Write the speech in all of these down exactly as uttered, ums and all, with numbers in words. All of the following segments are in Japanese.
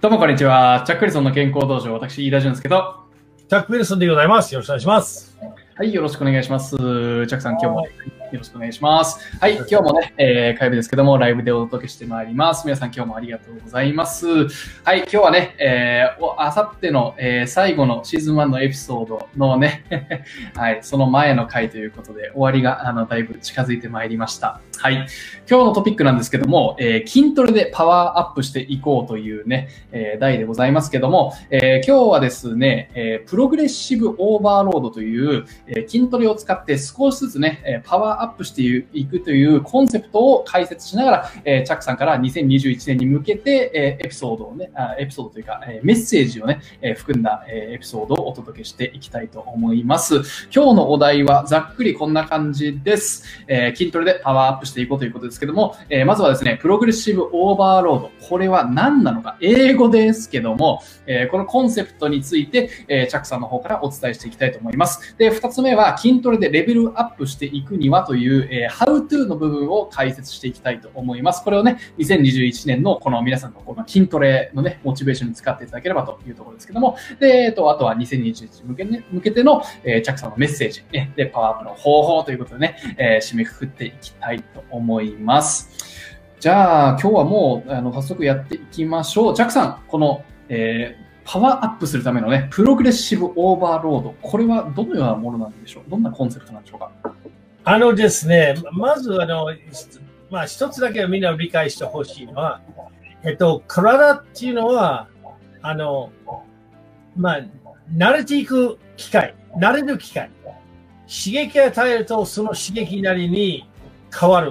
どうもこんにちは。チャック・ウィルソンの健康道場、私、飯田淳介と。 チャック・ウィルソンでございます。よろしくお願いします。 はい、よろしくお願いします。チャックさん、今日もよろしくお願いします。はい、今日もね、えー、火曜日ですけども、ライブでお届けしてまいります。皆さん、今日もありがとうございます。はい、今日はね、えー、あさっての、えー、最後のシーズンワンのエピソードのね、はい、その前の回ということで、終わりが、あの、だいぶ近づいてまいりました。はい、今日のトピックなんですけども、えー、筋トレでパワーアップしていこうというね、えー、題でございますけども、えー、今日はですね、えー、プログレッシブオーバーロードという、えー、筋トレを使って少しずつね、パワーアップしていくというコンセプトを解説しながら、えー、チャックさんからにせんにじゅういちねんに向けて、えー、エピソードをね、あエピソードというか、えー、メッセージをね、えー、含んだ、えー、エピソードをお届けしていきたいと思います。今日のお題はざっくりこんな感じです。えー、筋トレでパワーアップしていこうということですけども、えー、まずはですね、プログレッシブオーバーロード。これは何なのか、英語ですけども、えー、このコンセプトについて、えー、チャックさんの方からお伝えしていきたいと思います。で、二つ目は筋トレでレベルアップしていくにはという、えー、How to の部分を解説していきたいと思います。これをね、にせんにじゅういちねんのこの皆さんのこの筋トレのね、モチベーションに使っていただければというところですけども、で、えっと、あとはにせんにじゅういちねん向け、ね、向けての、えー、チャックさんのメッセージ、ね、で、パワーアップの方法ということでね、えー、締めくくっていきたいと思います。じゃあ、今日はもう、あの、早速やっていきましょう。チャックさん、この、えー、パワーアップするためのね、プログレッシブオーバーロード、これはどのようなものなんでしょう？どんなコンセプトなんでしょうか？ あのですね、まず、あの、まあ、一つだけはみんな理解してほしいのは、えっと、体っていうのは、あの、まあ、慣れていく機会、慣れる機会。刺激を与えると、その刺激なりに変わる。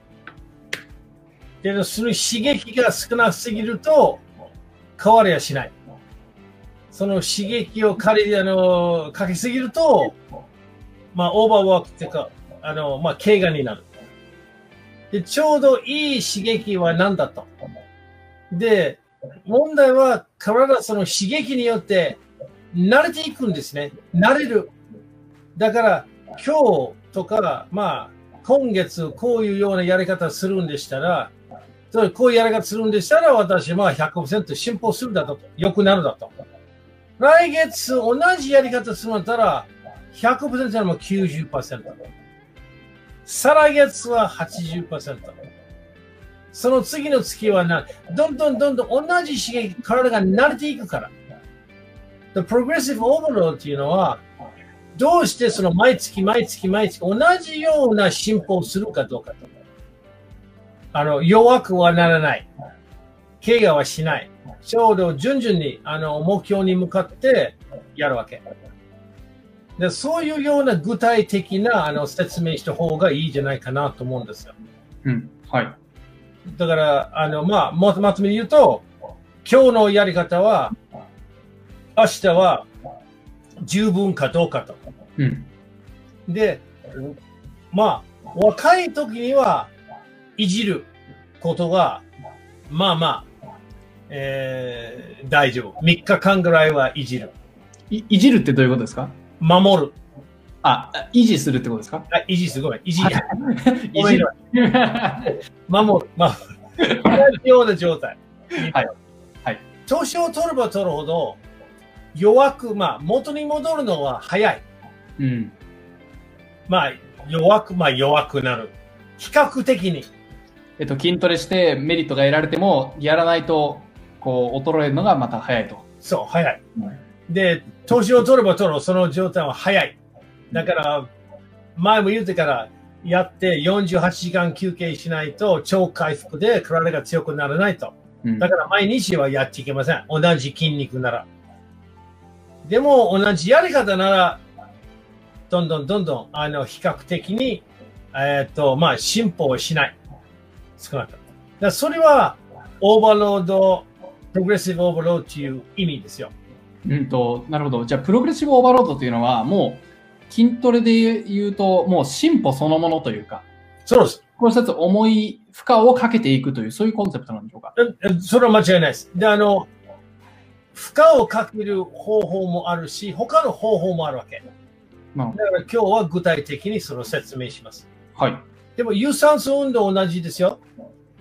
で、その刺激が少なすぎると、変わりはしない。その刺激を借り、あの、かけすぎると、まあ、オーバーワークっていうか、あの、まあ、怪我になる。で、ちょうどいい刺激は何だと。で、問題は、体、その刺激によって慣れていくんですね。慣れる。だから、今日とか、まあ、今月こういうようなやり方するんでしたら、こういうやり方するんでしたら、私は ひゃくパーセント 進歩するだと。良くなるだと。来月同じやり方するんだったら、ひゃくパーセント よりも きゅうじゅっパーセント。再来月は はちじゅっパーセント。その次の月はな、どんどんどんどん同じ刺激、体が慣れていくから。The Progressive Overload っていうのは、どうしてその毎月毎月毎月同じような進歩をするかどうかと。あの、弱くはならない。怪我はしない。ちょうど順々にあの目標に向かってやるわけ。で、そういうような具体的なあの説明した方がいいんじゃないかなと思うんですよ。 うん。はい。 だから、あの、まあ、まとめに言うと、今日のやり方は、明日は十分かどうかと。 うん。 で、まあ、若い時にはいじることが、まあまあ、えー、大丈夫。みっかかんぐらいはいじる。 い、いじるってどういうことですか？ 守る。 あ、維持するってことですか？ あ、維持すごい。維持。 いじる。 守る。まあ、同じような状態。 はい。はい。 年を取れば取るほど、弱く、まあ、元に戻るのは早い。 うん。 まあ、弱く、まあ、弱くなる。比較的に。 えっと、筋トレしてメリットが得られても、やらないと、こう、衰えるのがまた早いと。 そう、早い。うん、で、年を取れば取る、その状態は早い。だから、前も言ってから、やってよんじゅうはちじかん休憩しないと、超回復で体が強くならないと。うん、だから毎日はやっていけません。同じ筋肉なら。でも、同じやり方なら、どんどんどんどん、あの、比較的に、えっと、まあ、進歩をしない。少なかった。だからそれは、オーバーロード、プログレッシブオーバーロードという意味ですよ。 うんと、なるほど。じゃあ、プログレッシブオーバーロードというのは、もう、筋トレで言うと、もう進歩そのものというか、 そうです。 この一つ重い負荷をかけていくという、そういうコンセプトなんでしょうか？ それは間違いないです。で、あの、負荷をかける方法もあるし、他の方法もあるわけ。だから今日は具体的にそれを説明します。 はい。 でも、有酸素運動同じですよ。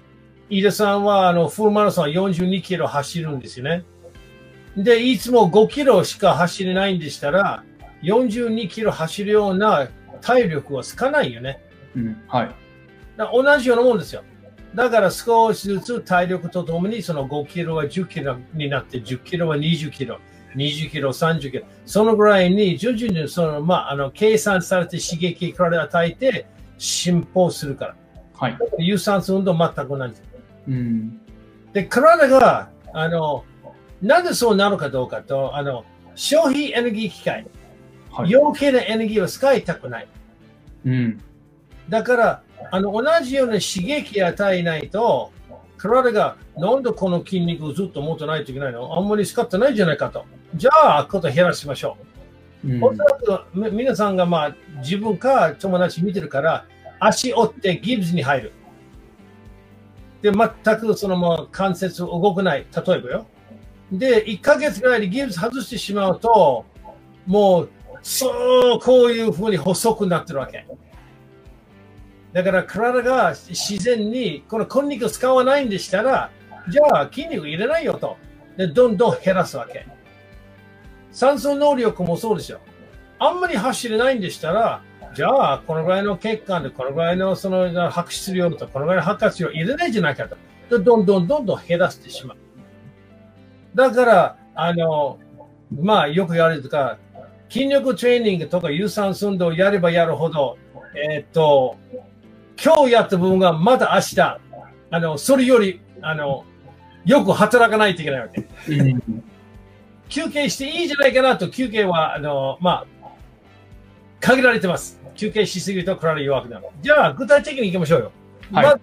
飯田さんはあのフルマラソンよんじゅうにキロ走るんですよね。で、いつもごキロしか走れないんでしたら、よんじゅうにキロ走るような体力はつかないよね。 うん、はい。 だ同じようなもんですよ。だから少しずつ体力とともにそのごキロはじゅっキロになって、じゅっキロはにじゅっキロ、にじゅっキロ、さんじゅっキロ、そのぐらいに徐々にその、まあ、あの計算されて刺激から与えて進歩するから。 はい。 有酸素運動全くないんです。 うん、 で、体があのなんでそうなるかどうかと、あの消費エネルギー機械、はい、余計なエネルギーを使いたくない。 うん、 だからあの同じような刺激を与えないと、体がなんでこの筋肉をずっと持ってないといけないの、あんまり使ってないんじゃないかと。じゃあ、こと減らしましょう。うん、おそらく皆さんが、まあ、自分か友達見てるから、足折ってギブスに入る。で、全くそのまま関節動かない。例えばよ。で、いっかげつぐらいでギブス外してしまうと、もう、そう、こういうふうに細くなってるわけ。だから体が自然にこの筋肉を使わないんでしたら、じゃあ筋肉入れないよと。で、どんどん減らすわけ。酸素能力もそうですよ。あんまり走れないんでしたら、じゃあこのぐらいの血管でこのぐらいのその拍出量とこのぐらいの発活量入れないじゃないかと。で、どんどんどんどん減らしてしまう。だから、あの、まあよく言われるとか、筋力トレーニングとか有酸素運動をやればやるほど、えー、っと、今日やった部分がまた明日、あの、それより、あの、よく働かないといけないわけ。うん、休憩していいじゃないかなと、休憩は、あの、まあ、限られてます。休憩しすぎると体弱くなる。じゃあ、具体的に行きましょうよ。はい、まず、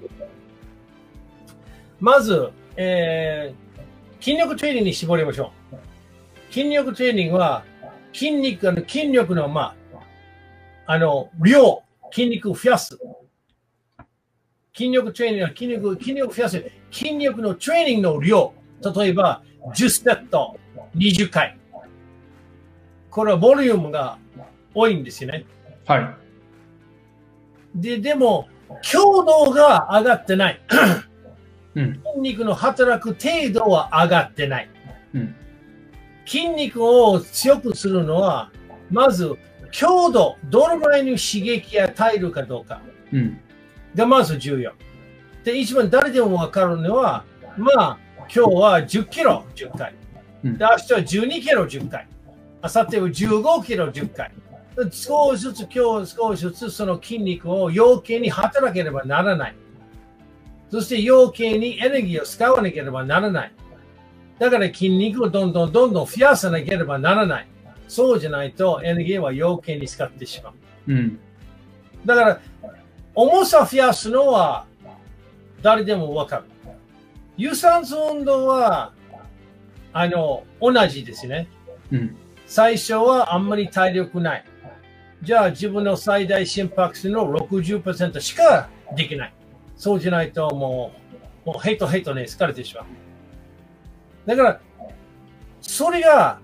まずえー、筋力トレーニングに絞りましょう。筋力トレーニングは、筋肉、あの筋力の、まあ、あの、量、筋肉を増やす。筋力トレーニングは筋肉、筋力を増やす。筋力のトレーニングの量。例えば、じゅっセット、にじゅっかい。これはボリュームが多いんですよね。 はい。 で、でも、強度が上がってない。 うん、 筋肉の働く程度は上がってない。 うん、 筋肉を強くするのは、まず、強度、どのぐらいの刺激を与えるかどうか。 うんがまず重要。で、一番誰でも分かるのは、まあ、今日はじゅっキロじゅっかい。で、明日はじゅうにキロじゅっかい。明後日はじゅうごキロじゅっかい。少しずつ、今日少しずつその筋肉を余計に働ければならない。そして余計にエネルギーを使わなければならない。だから筋肉をどんどんどんどん増やさなければならない。そうじゃないとエネルギーは余計に使ってしまう。 うん、 だから、重さを増やすのは誰でもわかる。有酸素運動はあの同じですね、 うん。 最初はあんまり体力ない。じゃあ自分の最大心拍数の ろくじゅっパーセント しかできない。そうじゃないともう、もうヘトヘトね、疲れてしまう。だから、それが、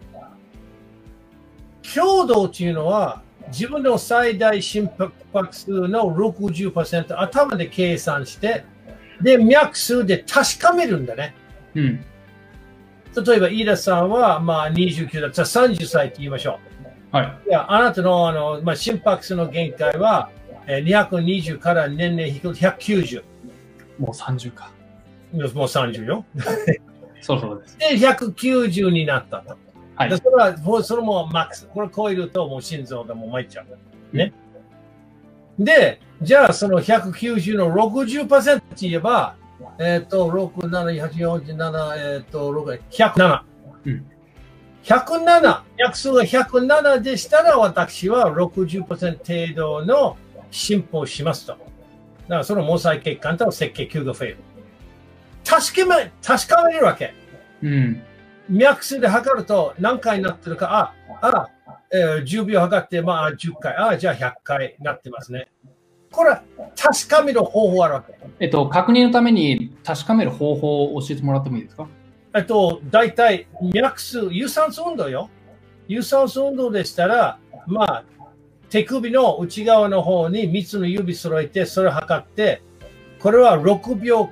強度というのは、自分の最大心拍数の ろくじゅっパーセント 頭で計算して、で、脈数で確かめるんだね。 うん、 例えば、飯田さんは、まあ、にじゅうきゅうだったらさんじゅっさいって言いましょう。はい。 いや、あなたの、あの、まあ、心拍数の限界は、えー、にひゃくにじゅうから年々引くひゃくきゅうじゅう。 もうさんじゅうか。 もうさんじゅうよ。 そろそろです。 で、ひゃくきゅうじゅうになったと。 はい。 それは、もうそれもマックス。これ超えると、もう心臓がもう参っちゃう。ね。うん、で、じゃあ、そのひゃくきゅうじゅうの ろくじゅっパーセント と言えば、えっ、ー、と、ろく、なな、はち、よん、なな、えっ、ー、と、ろく、ひゃくなな。 うん。 ひゃくなな、約数がひゃくななでしたら、私は ろくじゅっパーセント 程度の進歩をしますと。だからその毛細血管と赤血球が増える。確かめ、確かめるわけ。 うん。 脈数で測ると何回になってるか、あ、あ、えー、じゅうびょう測って、まあじゅっかい、あ、じゃあひゃっかいになってますね。これは確かめる方法あるわけ。 えっと、確認のために確かめる方法を教えてもらってもいいですか？ えっと、大体脈数、有酸素運動よ。有酸素運動でしたら、まあ、手首の内側の方にみっつの指揃えて、それを測って、これはろくびょうかん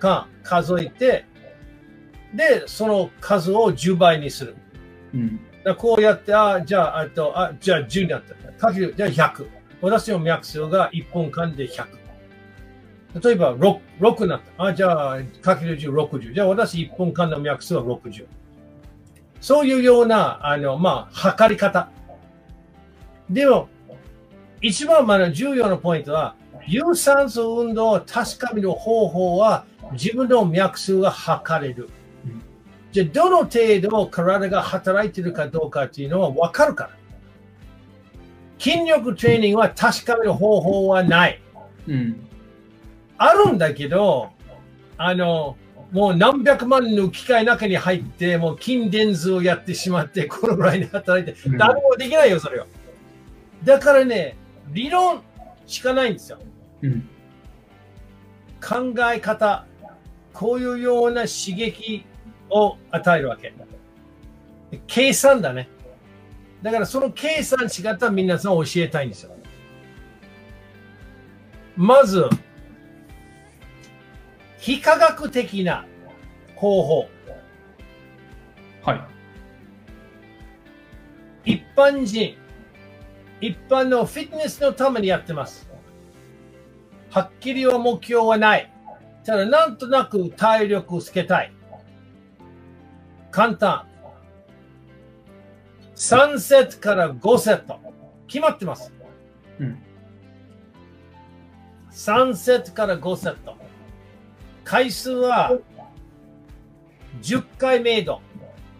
数えて、で、その数をじゅうばいにする。 うん、 だこうやって、あ、じゃあ、あと、あ、じゃあじゅうになった。かける、じゃあひゃく。私の脈数がいっぷんかんでひゃく。例えば 6, 6になった。あ、じゃあ、かけるじゅう、ろくじゅう。じゃあ、私いっぷんかんの脈数はろくじゅう。そういうような、あの、まあ、測り方。でも、一番まだ重要なポイントは、有酸素運動を確かめる方法は、自分の脈数が測れる。うん、じゃあ、どの程度体が働いているかどうかっていうのは分かるから。筋力トレーニングは確かめる方法はない。うん、あるんだけど、あの、もう何百万の機械の中に入って、もう筋電図をやってしまって、このぐらいに働いて、誰もできないよ、それは。だからね、理論しかないんですよ。うん、考え方、こういうような刺激を与えるわけ。計算だね。だからその計算し方、皆さん教えたいんですよ。まず、非科学的な方法。 はい。 一般人、一般のフィットネスのためにやってます。はっきりは目標はない。ただ、なんとなく体力をつけたい。簡単。さんセットからごセット。決まってます。うん、さんセットからごセット。回数はじゅっかいメイド。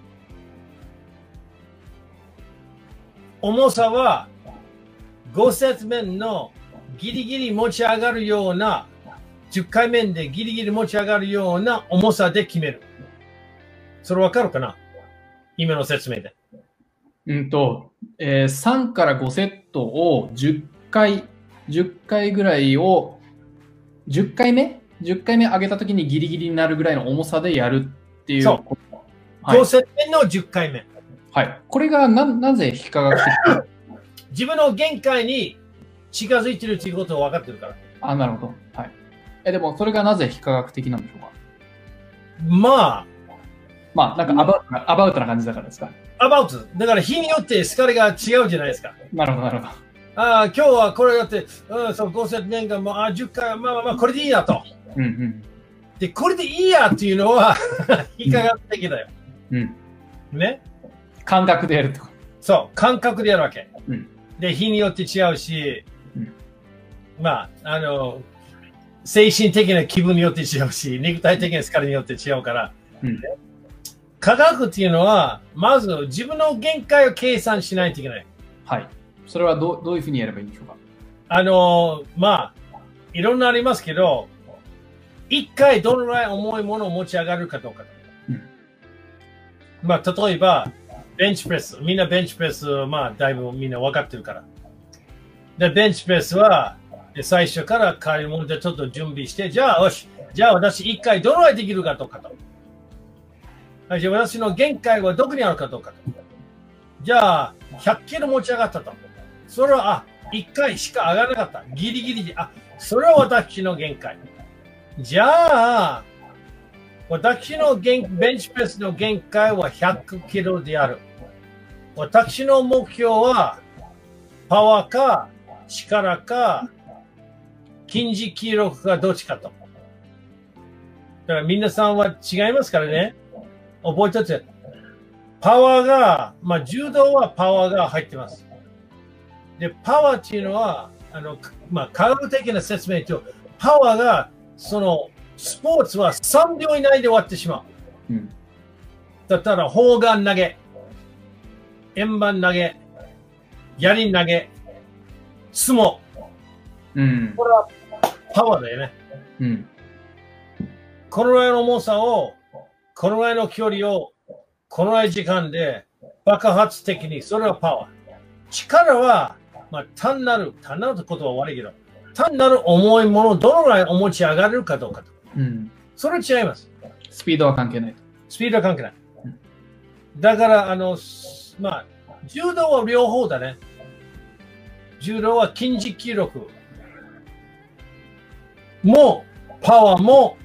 重さはごセット目のギリギリ持ち上がるような、じゅっかいめでギリギリ持ち上がるような重さで決める。それわかるかな？今の説明で。 うんと、えー、さんからごセットをじゅっかい、じゅっかいぐらいを、じゅっかいめ ?じゅっ 回目上げたときにギリギリになるぐらいの重さでやるっていう。 そう。はい、ごセット目のじゅっかいめ。 はい。これがな、なぜ非科学的自分の限界に近づいてるということを分かってるから。 あ、なるほど。はい。え、でもそれがなぜ非科学的なんでしょうか？ まあ。 まあ、なんかアバウトな、アバウトな感じだからですか？ アバウト。だから日によって疲れが違うじゃないですか。 なるほど、なるほど。 ああ、今日はこれだって、うん、そう、ごセット年間も、あ、じゅっかい、まあまあまあ、これでいいやと。うんうん。で、これでいいやっていうのは、非科学的だよ。うん。ね。 感覚でやると。 そう、感覚でやるわけ。うん。で、日によって違うし、うん、まあ、あの、精神的な気分によって違うし、肉体的な疲れによって違うから、うん、科学っていうのは、まず自分の限界を計算しないといけない。 はい。それはどう、どういうふうにやればいいんでしょうか？ あの、まあ、いろんなありますけど、一回どのぐらい重いものを持ち上がるかどうか。うん、まあ、例えば、ベンチプレス。みんなベンチプレス、まあ、だいぶみんな分かってるから。で、ベンチプレスは、最初から買えるものでちょっと準備して、じゃあ、よし、じゃあ私一回どのぐらいできるかどうかと。じゃあ私の限界はどこにあるかどうかと。じゃあ、ひゃっキロ持ち上がったと。それは、あ、いっかいしか上がらなかった。ギリギリで、あ、それは私の限界。じゃあ、私の限ベンチプレスの限界はひゃくキロである。私の目標は、パワーか、力か、筋持久力かどっちかと。だから皆さんは違いますからね。覚えておいて。パワーが、まあ柔道はパワーが入ってます。で、パワーっていうのは、あの、まあ科学的な説明と、パワーが、その、スポーツはさんびょう以内で終わってしまう。うん、だったら、砲丸投げ、円盤投げ、槍投げ、相撲。うん、これはパワーだよね。うん、このぐらいの重さを、このぐらいの距離を、このぐらい時間で爆発的に、それはパワー。力は、まあ、単なる、単なるってことは悪いけど、単なる重いものをどのぐらいお持ち上がれるかどうかと。うん、それは違います。 スピードは関係ない。 スピードは関係ない。うん、だから、あの、まあ、柔道は両方だね。柔道は筋持久力もパワーも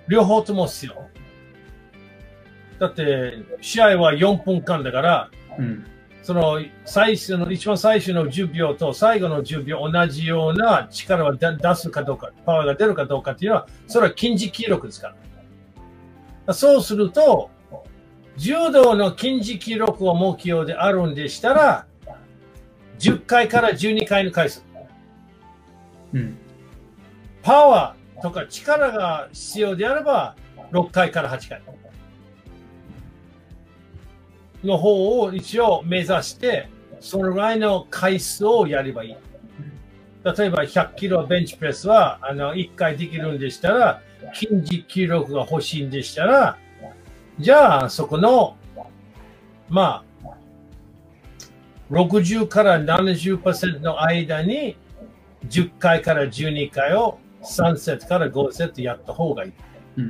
両方とも必要。だって、試合はよんぷんかんだから、うん、その最初の、一番最初のじゅうびょうと最後のじゅうびょう、同じような力を出すかどうか、パワーが出るかどうかっていうのは、それは近似記録ですから。そうすると、柔道の近似記録を目標であるんでしたら、じゅっかいからじゅうにかいの回数。うん、パワーとか力が必要であれば、ろっかいからはちかいの方を一応目指して、そのぐらいの回数をやればいい。例えばひゃっキロベンチプレスはあのいっかいできるんでしたら、近似記録が欲しいんでしたら、じゃあそこの、まあ、ろくじゅうからななじゅっパーセント の間にじゅっかいからじゅうにかいをさんセットからごセットやった方がいい。うん、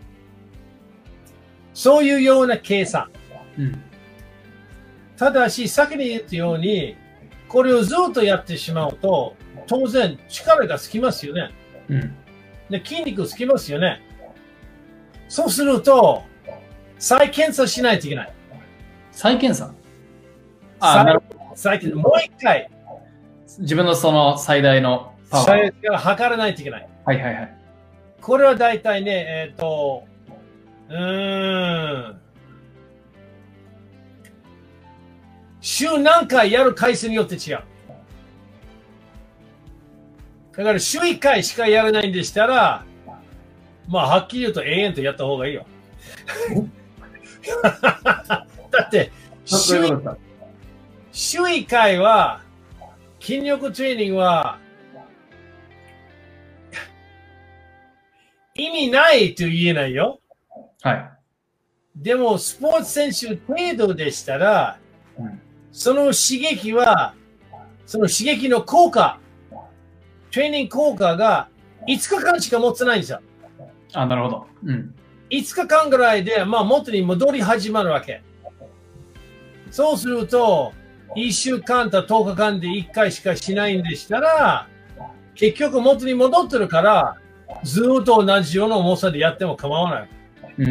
そういうような計算。うん、ただし、先に言ったように、これをずっとやってしまうと、当然力がつきますよね。うん、で筋肉つきますよね。そうすると、再検査しないといけない。 再検査あ再再検査。もう一回。 自分のその最大のパワーを測らないといけない。 はいはいはい。 これは大体ね、えっ、ー、と、うーん。週何回やる回数によって違う。だから週いっかいしかやらないんでしたら、まあはっきり言うと永遠とやった方がいいよ。だって週、週いっかいは筋力トレーニングは意味ないと言えないよ。はい。でもスポーツ選手程度でしたら、うん、その刺激は、その刺激の効果、トレーニング効果がいつかかんしか持ってないんですよ。 あ、なるほど。うん。 いつかかんぐらいで、まあ元に戻り始まるわけ。そうすると、いっしゅうかんととおかかんでいっかいしかしないんでしたら、結局元に戻ってるから、ずっと同じような重さでやっても構わない。 うん。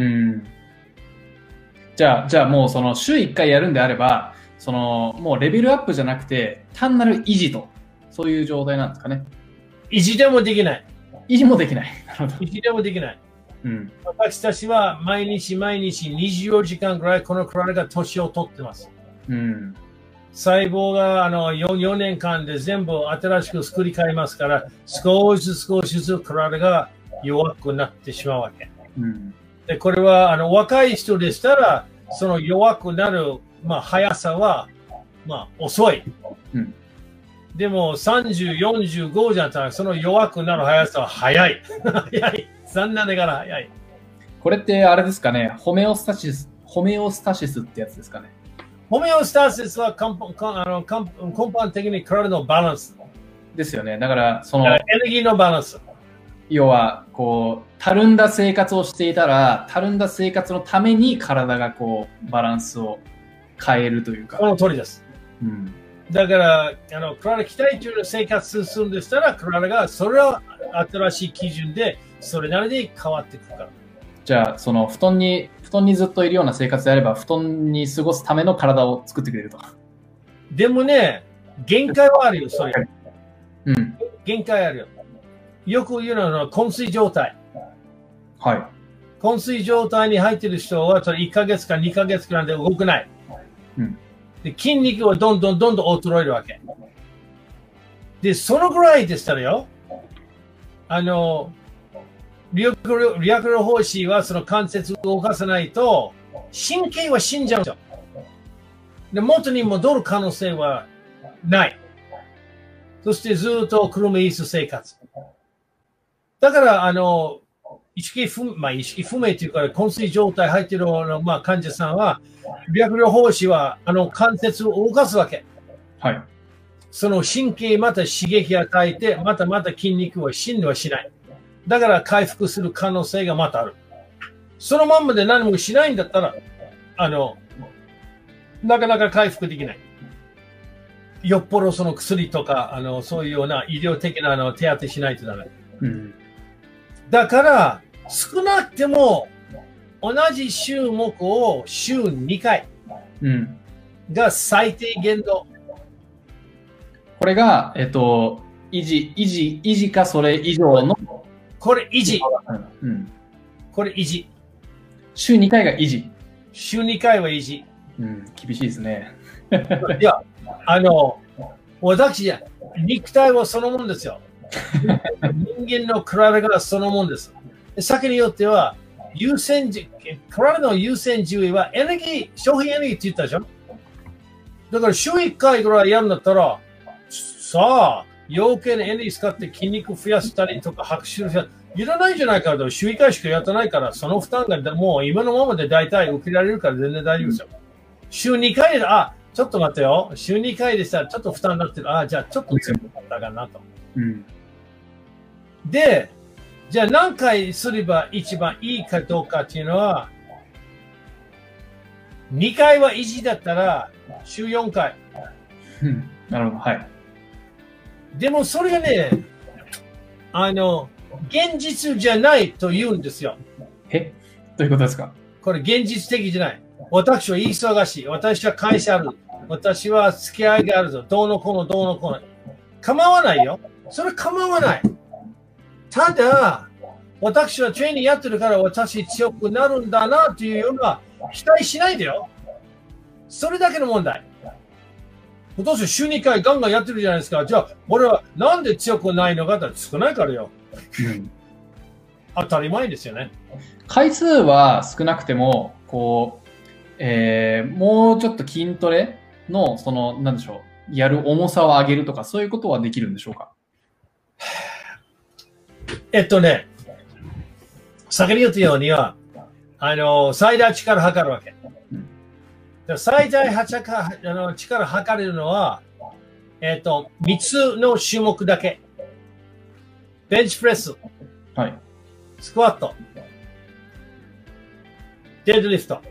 じゃあ、じゃあもうその週いっかいやるんであれば、そのもうレベルアップじゃなくて、単なる維持と、そういう状態なんですかね。 維持でもできない。 維持もできない。 維持でもできない。うん、私たちは毎日毎日にじゅうよじかんぐらいこの体が年を取ってます。うん、細胞があの 4, よねんかんで全部新しく作り変えますから、少しずつ少しずつ体が弱くなってしまうわけ。うん、でこれはあの若い人でしたら、その弱くなる、まあ、速さは、まあ、遅い。うん、でもさんじゅう、よんじゅうごじゃったら、その弱くなる速さは速い。速い。残念ながら速い。 これってあれですかね、ホメオスタシス、ホメオスタシスってやつですかね。 ホメオスタシスは根本あの根本的に体のバランス。 ですよね。だから、その、 エネルギーのバランス。 要は、こう、たるんだ生活をしていたら、たるんだ生活のために体がこう、バランスを変えるというか。 その通りです。うん、だから、あの、体鍛え中の生活するんでしたら、体が、それは新しい基準で、それなりに変わってくるから。 じゃあ、その布団に、布団にずっといるような生活であれば、布団に過ごすための体を作ってくれると。 でもね、限界はあるよ、それ。うん。限界あるよ。よく言うのは、昏睡状態。はい。昏睡状態に入っている人は、それいっかげつかにかげつくらいで動くない。うん。で、筋肉はどんどんどんどん衰えるわけ。で、そのぐらいでしたらよ、あの、理学療法士はその関節を動かさないと、神経は死んじゃうんですよ。で、元に戻る可能性はない。そしてずっと車椅子生活。だから、あの、意識不、まあ、意識不明というか、昏睡状態入っている、まあ、患者さんは、理学療法士は、あの、関節を動かすわけ。はい。その神経また刺激を与えて、またまた筋肉は死んではしない。だから回復する可能性がまたある。そのまんまで何もしないんだったら、あの、なかなか回復できない。よっぽどその薬とか、あの、そういうような医療的なあの手当てしないとダメ。うん、だから、 少なくても同じ種目を週にかいが最低限度。 これが、えっと、維持、維持、維持かそれ以上の。 これ維持。 うん、 これ維持。 週にかいが維持。 週にかいは維持。 うん、厳しいですね。 いや、あの、私、肉体はそのもんですよ。人間の体がそのもんです。先によっては、優先順体の優先順位はエネルギー、消費エネルギーって言ったでしょ。だから週いっかいぐらいやるんだったら、さあ、余計なエネルギー使って筋肉増やしたりとか、拍手いらないじゃないかと、週いっかいしかやってないから、その負担がもう今のままで大体受けられるから全然大丈夫ですよ。週にかいで、あ、ちょっと待ってよ。週にかいでしたらちょっと負担になってる。あ、じゃあちょっと強くなったかなと。 うん、 で、じゃあ何回すれば一番いいかどうかっていうのは、にかいは維持だったら週よんかい。 うん、なるほど。はい。 でもそれがね、あの、現実じゃないと言うんですよ。 え、どういうことですか？ これ現実的じゃない。私は忙しい。私は会社ある。私は付き合いがあるぞ。どうのこうのどうのこうの。構わないよ。それ構わない。ただ、私はトレーニングやってるから私強くなるんだなというような期待しないでよ。それだけの問題。私週にかいガンガンやってるじゃないですか。じゃあ、俺はなんで強くないのかって少ないからよ。うん、当たり前ですよね。 回数は少なくても、こう、えー、もうちょっと筋トレの、その、なんでしょう、やる重さを上げるとか、そういうことはできるんでしょうか？ えっとね、先に言ったようには、あの、最大力測るわけ。うん、最大あの力測れるのは、えっと、みっつの種目だけ。ベンチプレス、 はい、 スクワット、デッドリフト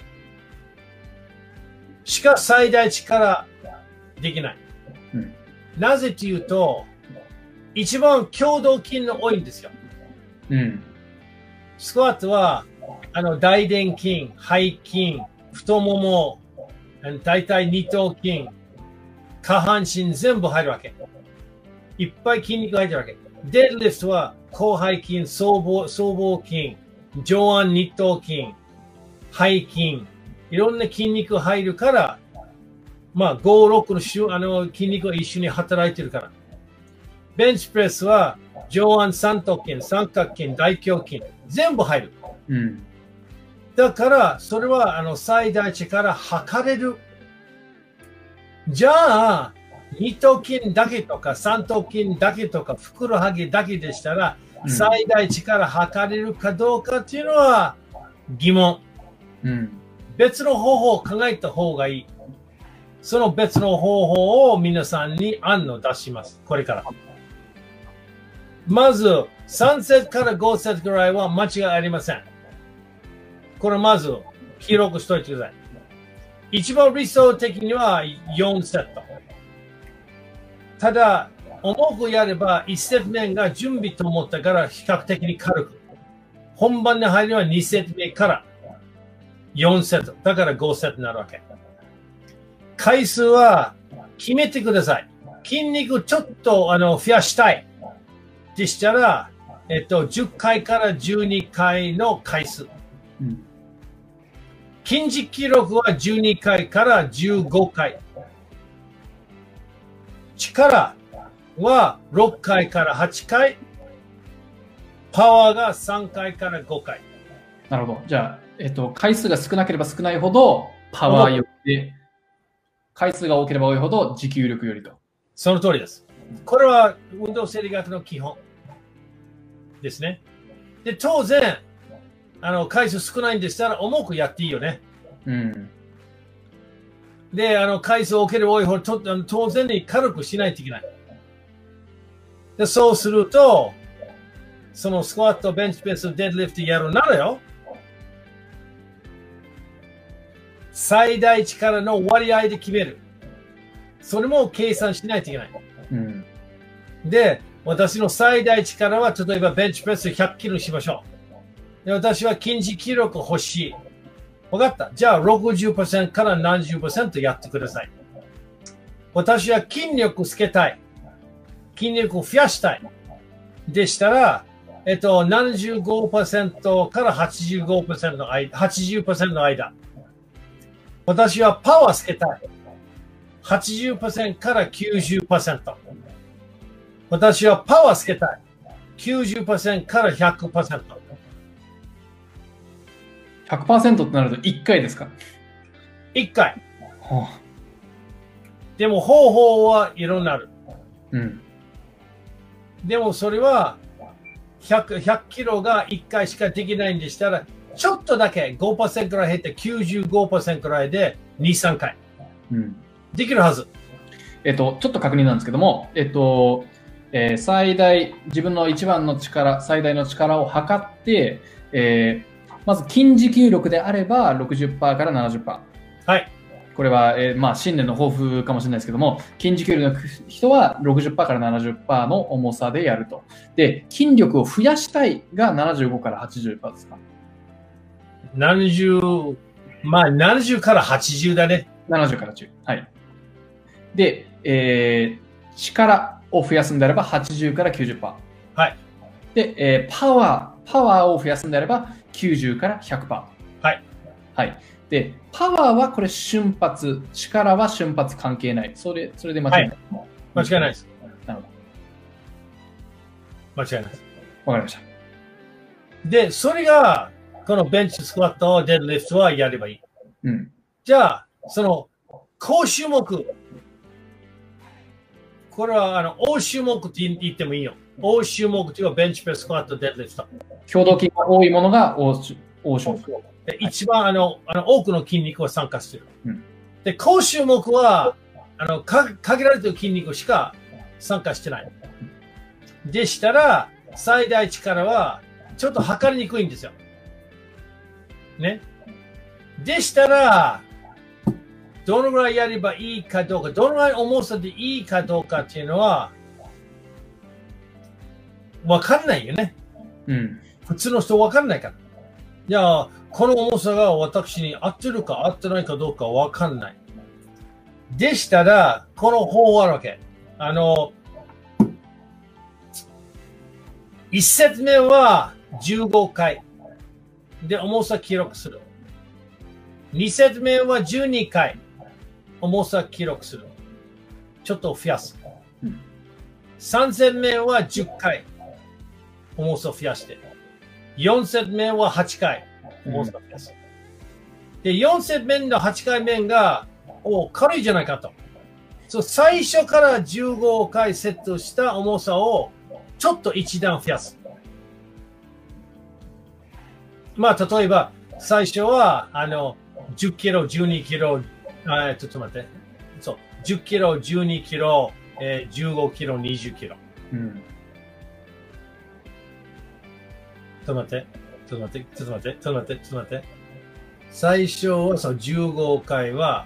しか最大力できない。うん、なぜというと、一番共同筋の多いんですよ。うん、スクワットは、あの大臀筋、背筋、太もも、大体二頭筋、下半身全部入るわけ。いっぱい筋肉入ってるわけ。デッドリフトは広背筋、僧帽筋、上腕二頭筋、背筋、いろんな筋肉入るから、まあ、ご、ろくのあの筋肉が一緒に働いてるから。ベンチプレスは上腕三頭筋、三角筋、大胸筋、全部入る。うん、だから、それはあの最大力測れる。じゃあ、二頭筋だけとか三頭筋だけとかふくらはぎだけでしたら、うん、最大力測れるかどうかっていうのは疑問。うん、別の方法を考えた方がいい。その別の方法を皆さんに案を出します。これから。まず、さんセットからごセットぐらいは間違いありません。これまず記録しておいてください。一番理想的にはよんセット。ただ、重くやればいちセット目が準備と思ったから比較的に軽く。本番に入るのはにセット目からよんセット。だからごセットになるわけ。回数は決めてください。筋肉ちょっとあの増やしたい。でしたら、えっと、じゅっかいからじゅうにかいの回数。うん、筋軸記録はじゅうにかいからじゅうごかい。力はろっかいからはちかい。パワーがさんかいからごかい。 なるほど。じゃあ、えっと、回数が少なければ少ないほどパワーよりで、回数が多ければ多いほど持久力よりと。 その通りです。これは運動生理学の基本ですね。で、当然、あの、回数少ないんでしたら重くやっていいよね。うん。で、あの、回数多ければ多いほど、と当然に軽くしないといけない。で、そうすると、そのスクワット、ベンチプレス、デッドリフトやるならよ、最大力の割合で決める。それも計算しないといけない。うん、で、私の最大力は、例えばベンチプレスひゃくキロにしましょう。 で私は筋持気力欲しい。わかった。じゃあろくじゅっパーセントからななじゅっパーセントやってください。私は筋力つけたい。筋力を増やしたい。でしたら、えっと、ななじゅうごパーセントからはちじゅうごパーセントの間、はちじゅっパーセントの間。私はパワーつけたい。はちじゅっパーセントからきゅうじゅっパーセント。私はパワーつけたい。きゅうじゅっパーセントからひゃくパーセント。 ひゃくパーセント ってなるといっかいですか？ いっかい。 はあ、 でも方法はいろんなある。 うん。 でもそれはひゃく、ひゃくキロがいっかいしかできないんでしたら、ちょっとだけ ごパーセント くらい減ってきゅうじゅうごパーセント くらいでに、さんかい。 うん。 できるはず。 えっと、ちょっと確認なんですけども、えっと、えー最大、自分の一番の力、最大の力を測って、えーまず筋持久力であれば ろくじゅっパーセント から ななじゅっパーセント。 はい。 これは、えーまあ、新年の抱負かもしれないですけども、筋持久力の人は ろくじゅっパーセント から ななじゅっパーセント の重さでやると。で、筋力を増やしたいがななじゅうごからはちじゅっパーセントですか？ ななじゅう、まあななじゅうからはちじゅうだね。 ななじゅうからはちじゅう。はい。で、えー力を増やすんであればはちじゅうからきゅうじゅっパーセント。 はい。 で、えーパワー、パワーを増やすんであればきゅうじゅうからひゃくパーセント。 はい。 はい。で、パワーはこれ瞬発、力は瞬発関係ない。それ、それで間違いない。 はい、間違いないです。 なるほど。間違いないです。 わかりました。 で、それが、このベンチスクワット、デッドリフトはやればいい。 うん。 じゃあ、その、高種目。これは、あの、大種目って言ってもいいよ。大種目というのはベンチプレス、スクワット、デッドリフト。 共同筋が多いものが大大種目。 一番あのあの多くの筋肉を参加している。 うん、 で、高種目はあのか限られている筋肉しか参加してない。でしたら、最大力はちょっと測りにくいんですよ。ね。でしたら、どのぐらいやればいいかどうか、どのぐらい重さでいいかどうかっていうのは、わかんないよね。 うん。 普通の人わかんないから。いや、この重さが私に合ってるか合ってないかどうかわかんない。でしたら、この方法あるわけ。あの、いちセット目はじゅうごかいで重さ記録する。にセット目はじゅうにかい重さ記録する。ちょっと増やす。さんセット目はじゅっかい重さを増やして。よんセット目ははちかい重さを増やす。で、よんセット目のはちかいめが、お、軽いじゃないかと。そう、最初からじゅうごかいセットした重さをちょっと一段増やす。まあ、例えば、最初は、あの、じゅっキロ、じゅうにキロ、あちょっと待って。そう、じゅっキロ、じゅうにキロ、えー、じゅうごキロ、にじゅっキロ。うん。ちょっと待って、ちょっと待って、ちょっと待って、ちょっと待って、ちょっと待って。最初は、そう、じゅうごかいは、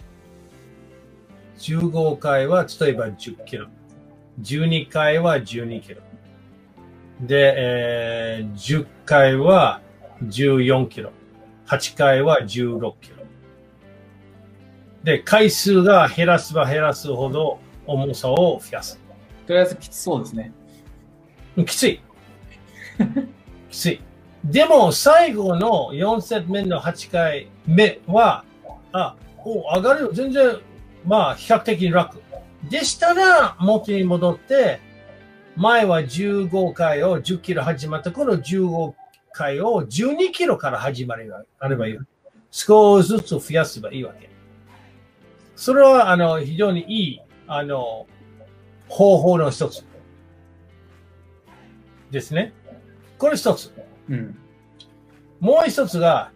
じゅうごかいは、例えばじゅっキロ。じゅうにかいはじゅうにキロ。で、えー、じゅっかいはじゅうよんキロ。はちかいはじゅうろっキロ。で、回数が減らせば減らすほど重さを増やす。 とりあえずきつそうですね。 きつい。きつい。でも、最後のよんセット目のはちかいめは、あ、お、上がるよ。全然、まあ、比較的に楽。でしたら、元に戻って、前はじゅうごかいをじゅっキロ始まった頃、じゅうごかいをじゅうにキロから始まればいい。少しずつ増やせばいいわけ。それは、あの、非常にいい、あの、方法の一つですね。これ一つ。うん、もう一つが、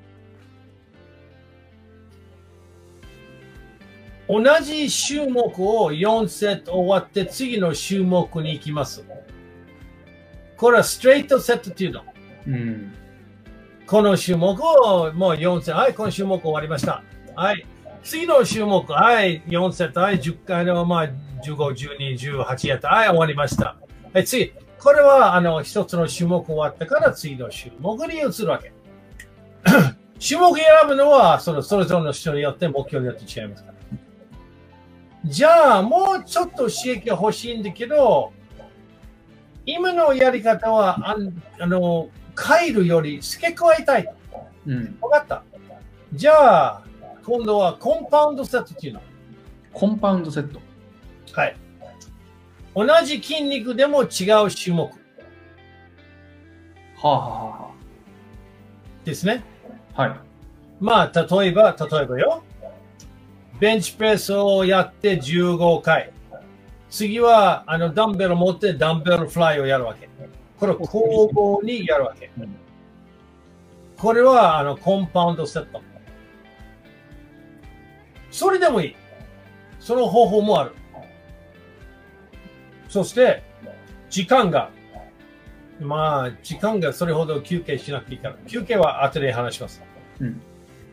同じ種目をよんセット終わって次の種目に行きます。これはストレートセットっていうの。うん、この種目をもうよんセット。はい、この種目終わりました。はい。次の種目、はい、よんセット。はい、じゅっかいの、まあ、じゅうご、じゅうに、じゅうはちやった。はい、終わりました。はい、次。 これはあの一つの種目終わってから次の種目に移るわけ。種目選ぶのはそのそれぞれの人によって目標によって違いますから。じゃあ、もうちょっと刺激が欲しいんだけど、今のやり方はああの変えるより付け加えたいと。 うん。 分かった。じゃあ、今度はコンパウンドセットっていうの。 コンパウンドセット。 はい。同じ筋肉でも違う種目。 はあ、はあはですね。 あ、はい。 まあ、例えば、例えばよ。ベンチプレスをやってじゅうごかい。次は、あの、ダンベルを持ってダンベルフライをやるわけ。これを交互にやるわけ。これは、あの、コンパウンドセット。それでもいい。その方法もある。そして、時間が、まあ、時間がそれほど休憩しなくていいから。休憩は後で話します。 うん、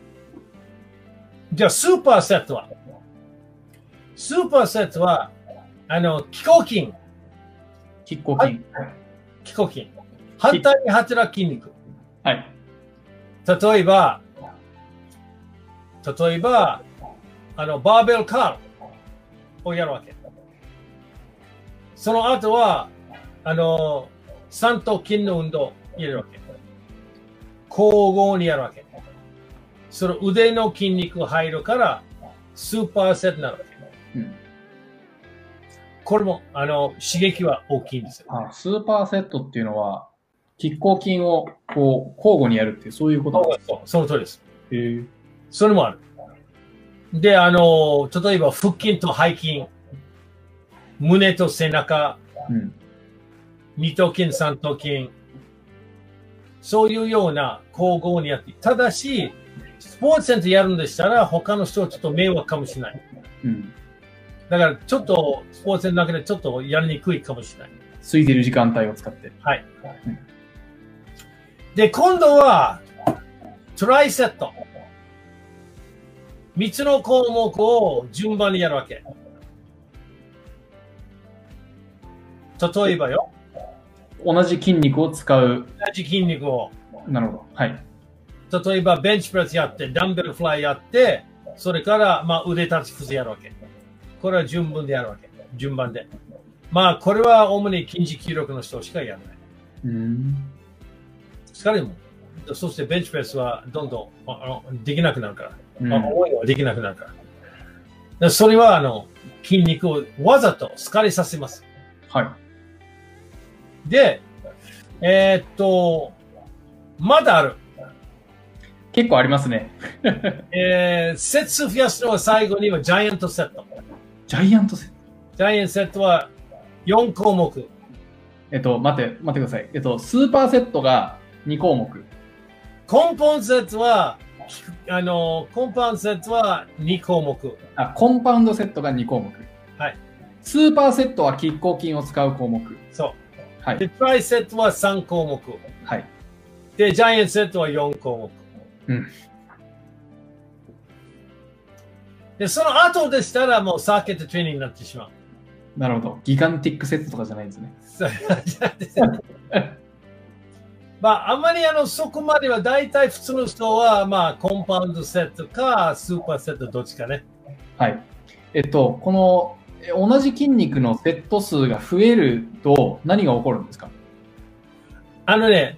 じゃあ、スーパーセットはスーパーセットは、あの、橈抗筋。 橈抗筋。 橈抗筋。反対に働く筋肉。 はい。 例えば、例えば、あの、バーベルカールをやるわけ。その後は、あの、三頭筋の運動をやるわけ。交互にやるわけ。その腕の筋肉が入るから、スーパーセットになるわけ。うん、これも、あの、刺激は大きいんですよ。 あ、スーパーセットっていうのは、橈抗筋をこう交互にやるっていう、そういうことですか？ その通りです。 へー。 それもある。で、あの、例えば腹筋と背筋、胸と背中、うん、二頭筋、三頭筋、そういうような交互にやって、ただし、スポーツセンターやるんでしたら、他の人はちょっと迷惑かもしれない。うん、だから、ちょっとスポーツセンターの中でちょっとやりにくいかもしれない。 空いてる時間帯を使って。 はい。うん、で、今度は、トライセット。三つの項目を順番にやるわけ。例えばよ。 同じ筋肉を使う。 同じ筋肉を。 なるほど。はい。 例えば、ベンチプレスやって、ダンベルフライやって、それから、まあ、腕立ち伏せやるわけ。これは順番でやるわけ。順番で。まあ、これは主に筋持久力の人しかやらない。うん。疲れるもん。そしてベンチプレスはどんどんあのできなくなるから。うん、重いのはできなくなるから。からそれは、あの、筋肉をわざと疲れさせます。 はい。 で、えー、っと、まだある。 結構ありますね。 えー、セット数増やすのは最後にはジャイアントセット。 ジャイアントセットジャイアントセットはよん項目。 えっと、待って、待ってください。えっと、スーパーセットがに項目。 コンパウンドセットは、あの、コンパウンドセットはに項目。 あ、コンパウンドセットがに項目。 はい。 スーパーセットは橈抗筋を使う項目。 そう。 はい。 で、トライセットはさん項目。 はい。 で、ジャイアントセットはよん項目。 うん。 で、その後でしたらもうサーキットトレーニングになってしまう。 なるほど。ギガンティックセットとかじゃないんですね。 まあ、あんまりあの、そこまでは大体普通の人は、まあ、コンパウンドセットか、スーパーセットどっちかね。 はい。えっと、この、同じ筋肉のセット数が増えると何が起こるんですか？ あのね、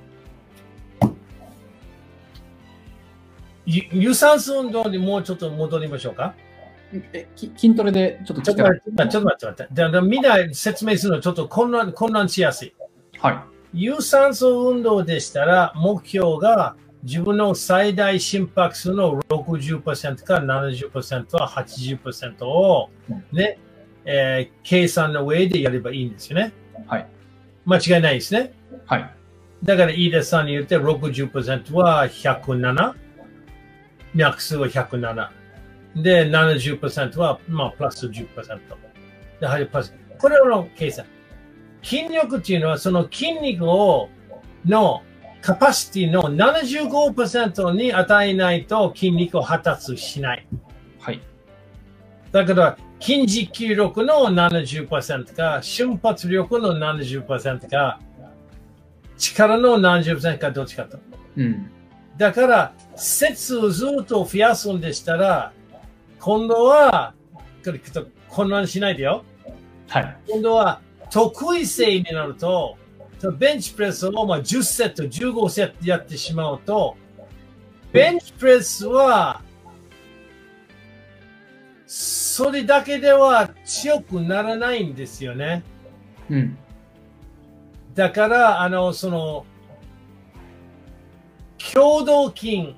有酸素運動にもうちょっと戻りましょうか。 え筋トレでちょっとちょっと待って、ちょっと待って、待って。みんな説明するのちょっと混乱、混乱しやすい。 はい。 有酸素運動でしたら、目標が自分の最大心拍数の ろくじゅっパーセント から ななじゅっパーセント は はちじゅっパーセント を、ね、うん、えー、計算の上でやればいいんですよね。 はい。 間違いないですね。 はい。 だから、飯田さんに言って ろくじゅっパーセント はひゃくなな。脈数はひゃくなな。で、ななじゅっパーセント は、まあ、プラス じゅっパーセント。で、はい、プラス。これの計算。筋力っていうのは、その筋肉を、の、カパシティの ななじゅうごパーセント に与えないと筋肉を発達しない。 はい。 だから、筋持久力の ななじゅっパーセント か、瞬発力の ななじゅっパーセント か、力の ななじゅっパーセント かどっちかと。 うん。 だから、節をずっと増やすんでしたら、今度は、これ混乱しないでよ。 はい。 今度は、得意性になると、ベンチプレスをまあじゅっセット、じゅうごセットやってしまうと、ベンチプレスは、それだけでは強くならないんですよね。 うん。 だから、あの、その、共同筋、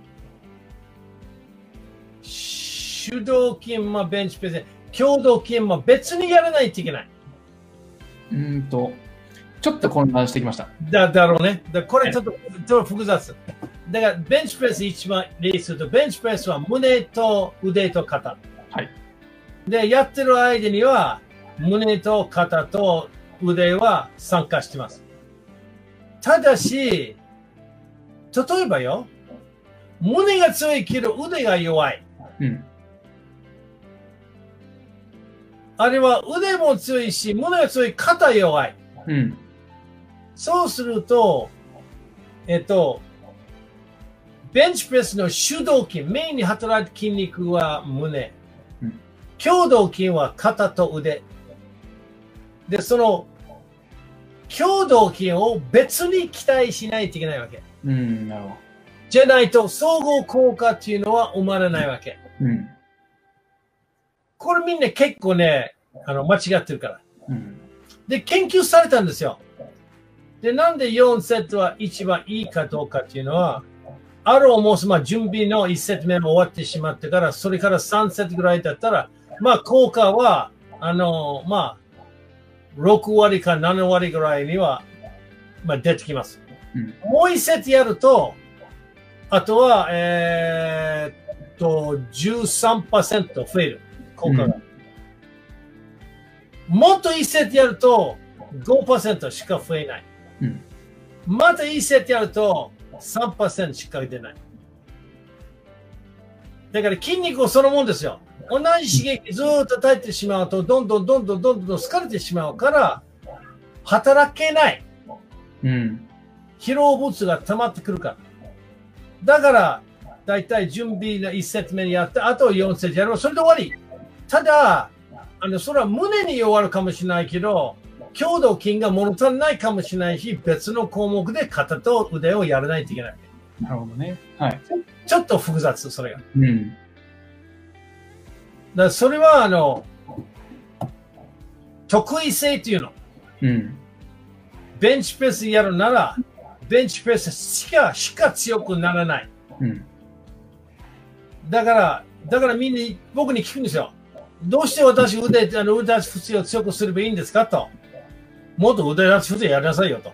主導筋、まあ、ベンチプレス、共同筋も別にやらないといけない。 うんと、ちょっと混乱してきました。 だだろうね。だこれちょっと、ちょっと複雑。だから、ベンチプレス一番例すると、ベンチプレスは胸と腕と肩。 はい。 で、やってる間には、胸と肩と腕は参加してます。ただし、例えばよ、胸が強いけど腕が弱い。 うん。 あれは腕も強いし、胸が強い、肩弱い。 うん。 そうすると、えっと、ベンチプレスの主導筋、メインに働く筋肉は胸。うん、共同筋は肩と腕。で、その、共同筋を別に期待しないといけないわけ。 うん、なるほど。 じゃないと、総合効果っていうのは生まれないわけ。 うん。 これみんな結構ね、あの、間違ってるから。 うん、 で、研究されたんですよ。で、なんでよんセットは一番いいかどうかっていうのは、ある思う、まあ、準備のいちセット目も終わってしまってから、それからさんセットぐらいだったら、まあ、効果は、あの、まあ、ろく割かなな割ぐらいには、まあ、出てきます。うん、もういちセットやると、あとは、えー、っと、じゅうさんパーセント 増える。効果が。うん、もっといちセットやると、ごパーセント しか増えない。うん、またいちセットやると、さんパーセント しか出ない。だから筋肉そのもんですよ。同じ刺激ずっと与えてしまうと、どんどんどんどんどんどん疲れてしまうから、働けない。うん、疲労物が溜まってくるから。だから、だいたい準備のいちセット目にやって、あとよんセットやろう。それで終わり。ただ、あの、それは胸に弱るかもしれないけど、共同筋が物足りないかもしれないし、別の項目で肩と腕をやらないといけない。 なるほどね。はい。 ちょっと複雑、それが。 うん。 だからそれは、あの、得意性っていうの。うん。ベンチプレスやるなら、ベンチプレスしか、しか強くならない。うん。だから、だからみんな僕に聞くんですよ。どうして私腕、あの腕立ち伏せを強くすればいいんですかと。もっと腕立ち伏せやりなさいよと。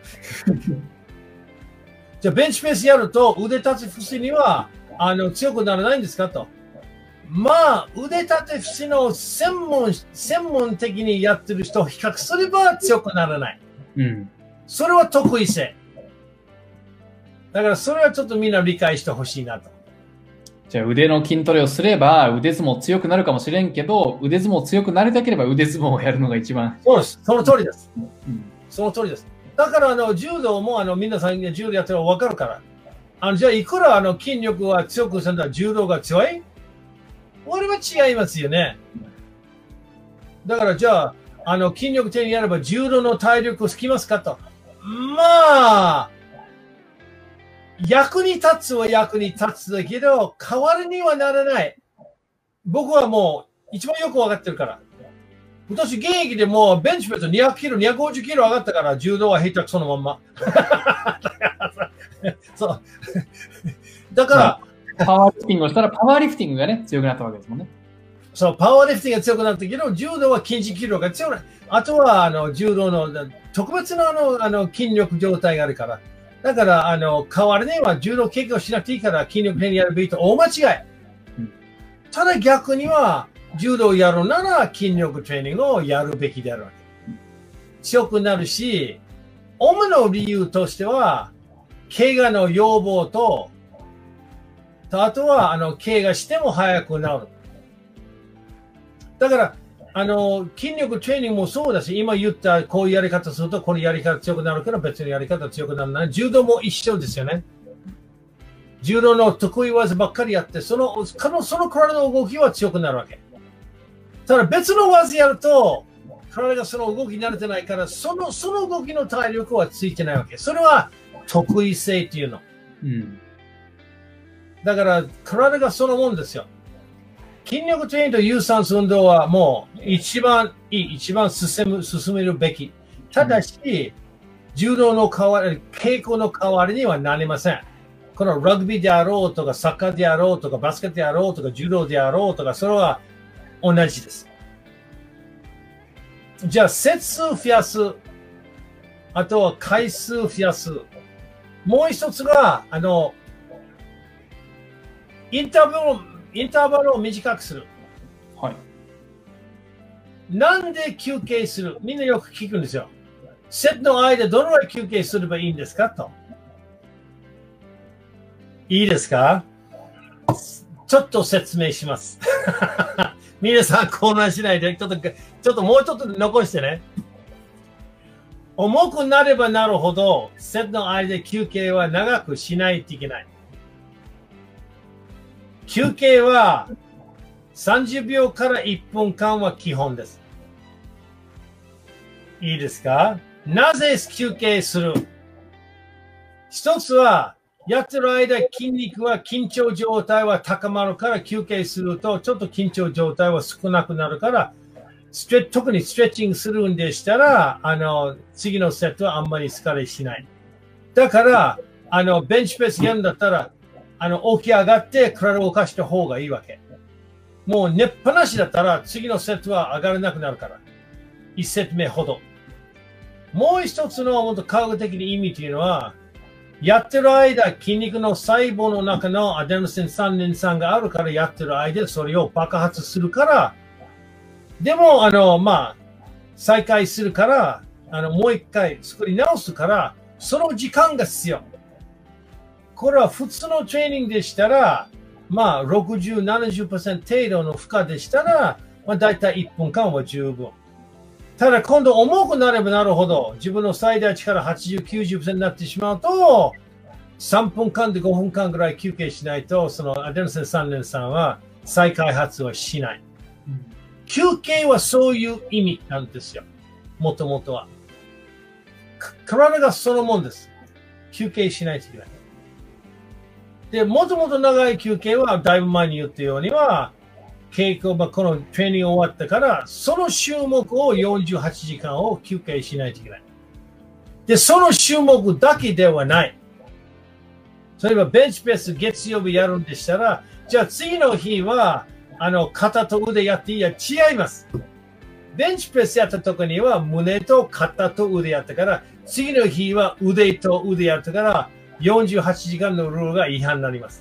じゃあベンチプレスやると腕立ち伏せにはあの強くならないんですかと。まあ腕立て伏せの専門、専門的にやってる人を比較すれば強くならない。うん。それは得意性。だからそれはちょっとみんな理解してほしいなと。 じゃあ腕の筋トレをすれば腕相撲強くなるかもしれんけど、腕相撲強くなりたければ腕相撲をやるのが一番。 そうです。その通りです。うん、その通りです。だからあの柔道もあの皆さんが柔道やってるの分かるから。あのじゃあいくらあの筋力は強くするんだ柔道が強い？俺は違いますよね。だからじゃあ、あの筋力的にやれば柔道の体力をつきますかと。まあ、役に立つは役に立つだけど、代わりにはならない。僕はもう一番よく分かってるから。私、現役でもうベンチプレスにひゃくキロ、にひゃくごじゅうキロ上がったから、柔道は平たそのまんま。そう。だから、 パワーリフティングをしたら、パワーリフティングがね、強くなったわけですもんね。 そう、パワーリフティングが強くなったけど、柔道は筋持久力が強くなる。あとは、あの、柔道の特別なあのあの筋力状態があるから。だから、あの、代わりには柔道経験をしなくていいから、筋力的にやるべきと大間違い。うん、ただ逆には、柔道をやるなら筋力トレーニングをやるべきであるわけ。強くなるし、主な理由としては、怪我の予防と、あとは、あの、怪我しても早く治る。 だから、あの、筋力トレーニングもそうだし、今言ったこういうやり方すると、このやり方強くなるから別のやり方強くならない。柔道も一緒ですよね。柔道の得意技ばっかりやって、その、そのその体の動きは強くなるわけ。ただ別の技やると、体がその動きに慣れてないから、その、その動きの体力はついてないわけ。それは得意性っていうの。 うん、 だから、体がそのもんですよ。筋力トレーニングと有酸素運動はもう一番いい、一番進む、進めるべき。ただし、うん、柔道の代わり、稽古の代わりにはなりません。このラグビーであろうとか、サッカーであろうとか、バスケットであろうとか、柔道であろうとか、それは同じです。じゃあ、節数増やす。あとは回数増やす。もう一つが、あの、インターバルを、インターバルを短くする。 はい。 なんで休憩する？みんなよく聞くんですよ。セットの間どのぐらい休憩すればいいんですかと。いいですか？ちょっと説明します。皆さん混乱しないで、ちょっと、ちょっともうちょっと残してね。重くなればなるほど、セットの間で休憩は長くしないといけない。休憩はさんじゅうびょうからいっぷんかんは基本です。いいですか？なぜ休憩する？一つは、やってる間、筋肉は緊張状態は高まるから休憩すると、ちょっと緊張状態は少なくなるから、ストレ特にストレッチングするんでしたら、あの、次のセットはあんまり疲れしない。だから、あの、ベンチプレスやるんだったら、あの、起き上がって体を動かした方がいいわけ。もう寝っぱなしだったら、次のセットは上がれなくなるから。一セット目ほど。もう一つの本当科学的な意味というのは、やってる間、筋肉の細胞の中のアデノシン三リン酸があるからやってる間、それを爆発するから、でも、あの、まあ、再開するから、あの、もう一回作り直すから、その時間が必要。これは普通のトレーニングでしたら、まあ、ろくじゅう、ななじゅっパーセント 程度の負荷でしたら、まあ、だいたいいっぷんかんは十分。ただ今度重くなればなるほど、自分の最大力はちじゅう、きゅうじゅっパーセントになってしまうと、さんぷんかんでごふんかんぐらい休憩しないと、そのアデノシン三リン酸は再開発はしない。うん、休憩はそういう意味なんですよ。もともとは。体がそのもんです。休憩しないといけない。で、もともと長い休憩は、だいぶ前に言ったようには、稽古場、このトレーニング終わったから、その種目をよんじゅうはちじかんを休憩しないといけない。で、その種目だけではない。例えば、ベンチプレス月曜日やるんでしたら、じゃあ次の日は、あの、肩と腕やっていいや、違います。ベンチプレスやった時には、胸と肩と腕やったから、次の日は腕と腕やったから、よんじゅうはちじかんのルールが違反になります。